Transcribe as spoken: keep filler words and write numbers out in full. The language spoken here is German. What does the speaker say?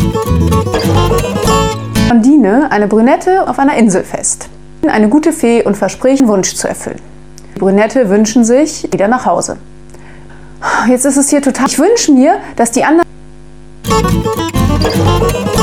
Blondine, eine Brünette, auf einer Insel fest. Eine gute Fee und verspricht, einen Wunsch zu erfüllen. Die Brünette wünschen sich wieder nach Hause. Jetzt ist es hier total... Ich wünsche mir, dass die anderen...